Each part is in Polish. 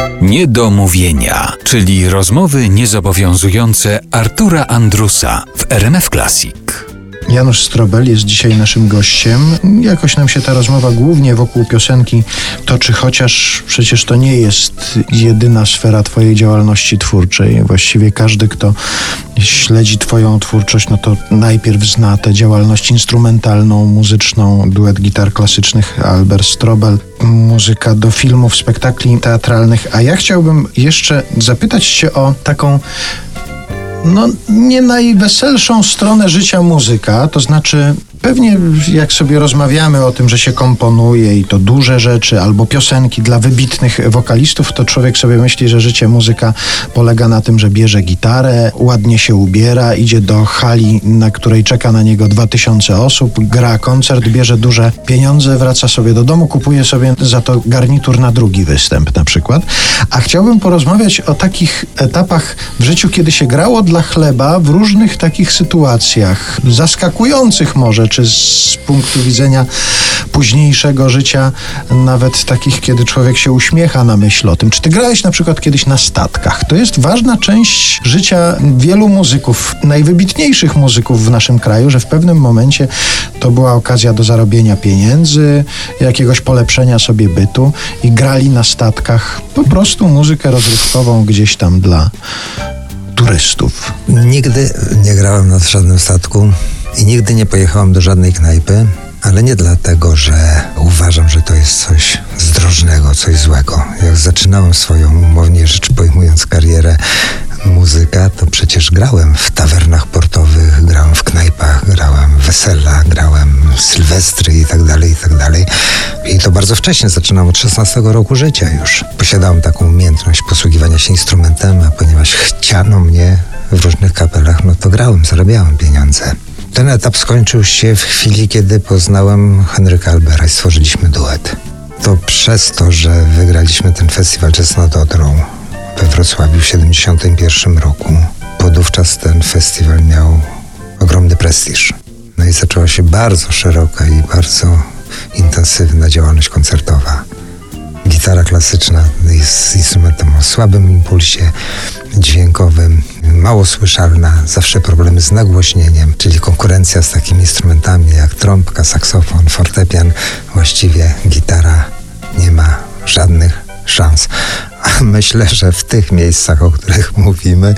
Niedomówienia, czyli rozmowy niezobowiązujące Artura Andrusa w RMF Classic. Janusz Strobel jest dzisiaj naszym gościem. Jakoś nam się ta rozmowa głównie wokół piosenki toczy, chociaż przecież to nie jest jedyna sfera twojej działalności twórczej. Właściwie każdy, kto śledzi twoją twórczość, no to najpierw zna tę działalność instrumentalną, muzyczną, duet gitar klasycznych Albert Strobel, muzyka do filmów, spektakli teatralnych. A ja chciałbym jeszcze zapytać cię o taką nie najweselszą stronę życia muzyka, to znaczy pewnie jak sobie rozmawiamy o tym, że się komponuje i to duże rzeczy, albo piosenki dla wybitnych wokalistów, to człowiek sobie myśli, że życie muzyka polega na tym, że bierze gitarę, ładnie się ubiera, idzie do hali, na której czeka na niego 2000 osób, gra koncert, bierze duże pieniądze, wraca sobie do domu, kupuje sobie za to garnitur na drugi występ na przykład. A chciałbym porozmawiać o takich etapach w życiu, kiedy się grało dla chleba w różnych takich sytuacjach, zaskakujących może, czy z punktu widzenia późniejszego życia, nawet takich, kiedy człowiek się uśmiecha na myśl o tym. Czy ty grałeś na przykład kiedyś na statkach? To jest ważna część życia wielu muzyków, najwybitniejszych muzyków w naszym kraju, że w pewnym momencie to była okazja do zarobienia pieniędzy, jakiegoś polepszenia sobie bytu i grali na statkach po prostu muzykę rozrywkową gdzieś tam dla turystów. Nigdy nie grałem na żadnym statku i nigdy nie pojechałem do żadnej knajpy, ale nie dlatego, że uważam, że to jest coś zdrożnego, coś złego. Jak zaczynałem swoją, umownie rzecz pojmując, karierę muzyka, to przecież grałem w tawernach portowych, grałem w knajpach, grałem w wesela, grałem w sylwestry i tak dalej, i tak dalej. I to bardzo wcześnie, zaczynałem od 16 roku życia już. Posiadałem taką umiejętność posługiwania się instrumentem, a ponieważ chciano mnie w różnych kapelach, no to grałem, zarabiałem pieniądze. Ten etap skończył się w chwili, kiedy poznałem Henryka Albera i stworzyliśmy duet. To przez to, że wygraliśmy ten festiwal Jazz nad Odrą we Wrocławiu w 1971 roku. Wówczas ten festiwal miał ogromny prestiż. No i zaczęła się bardzo szeroka i bardzo intensywna działalność koncertowa. Gitara klasyczna jest instrumentem o słabym impulsie dźwiękowym, mało słyszalna, zawsze problemy z nagłośnieniem, czyli konkurencja z takimi instrumentami jak trąbka, saksofon, fortepian. Właściwie gitara nie ma żadnych szans. A myślę, że w tych miejscach, o których mówimy,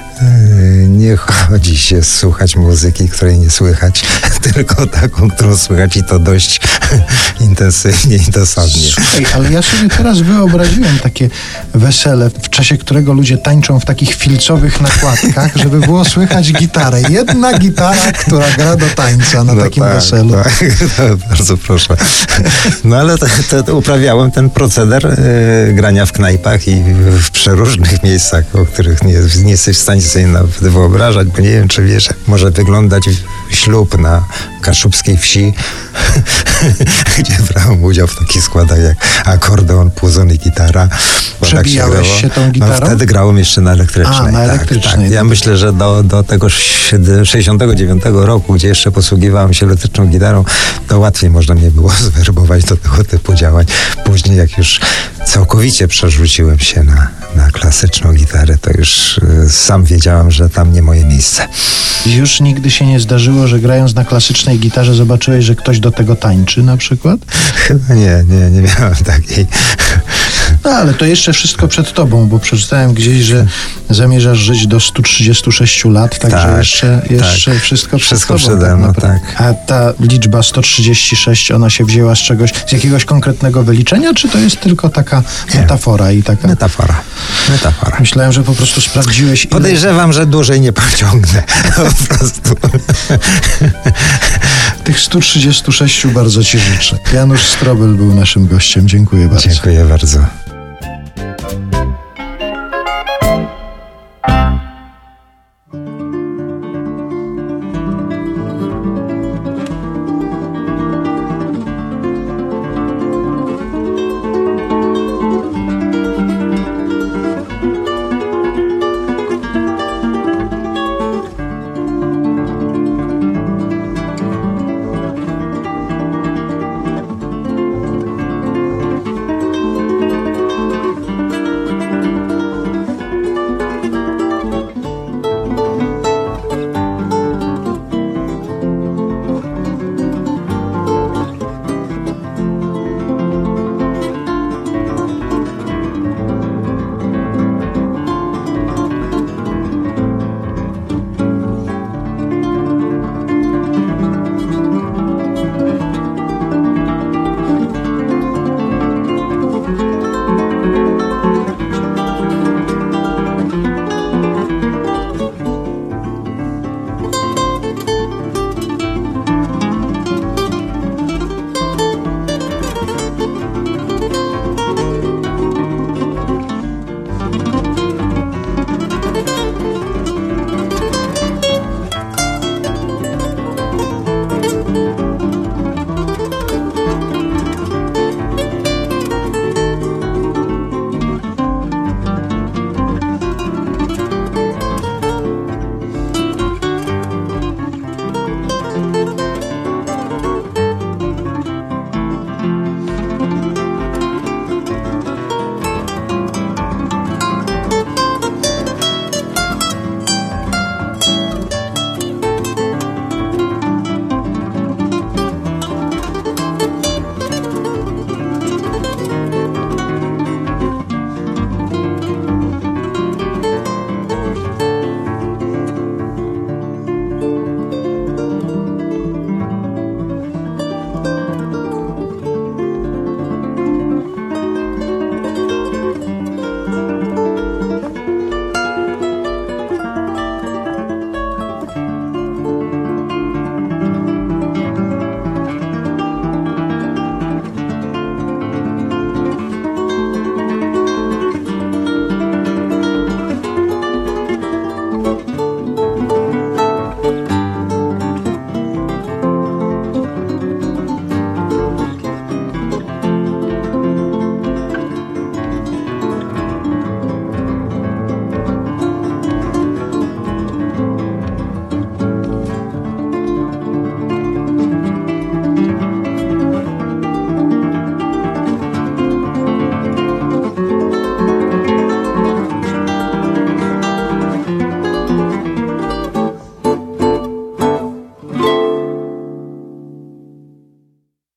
nie chodzi się słuchać muzyki, której nie słychać, tylko taką, którą słychać i to dość intensywnie i dosadnie. Słuchaj, ale ja sobie teraz wyobraziłem takie wesele, w czasie którego ludzie tańczą w takich filcowych nakładkach, żeby było słychać gitarę. Jedna gitara, która gra do tańca na takim weselu. Tak, bardzo proszę. No ale to uprawiałem ten proceder grania w knajpach i w przeróżnych miejscach, o których nie jesteś w stanie sobie nawet wyobrażać, bo nie wiem, czy wiesz, jak może wyglądać ślub na kaszubskiej wsi, gdzie brałem udział w takich składach jak akordeon, puzon i gitara. Przebijałeś się tą gitarą? No wtedy grałem jeszcze na elektrycznej. Na elektrycznej. Tak. Ja myślę, że do tego 69 roku, gdzie jeszcze posługiwałem się elektryczną gitarą, to łatwiej można mnie było zwerbować do tego typu działań. Później, jak już całkowicie przerzuciłem się na klasyczną gitarę, to już sam wiedziałem, że tam nie moje miejsce. Już nigdy się nie zdarzyło, że grając na klasycznej gitarze zobaczyłeś, że ktoś do tego tańczy na przykład? Chyba nie miałem takiej. No ale to jeszcze wszystko przed tobą, bo przeczytałem gdzieś, że zamierzasz żyć do 136 lat, także jeszcze wszystko przed tobą. Przede mną, tak. A ta liczba 136, ona się wzięła z jakiegoś konkretnego wyliczenia, czy to jest tylko taka metafora i taka... Metafora. Myślałem, że po prostu sprawdziłeś... Podejrzewam, że dłużej nie pociągnę. Po prostu. Tych 136 bardzo ci życzę. Janusz Strobel był naszym gościem. Dziękuję bardzo. Dziękuję bardzo.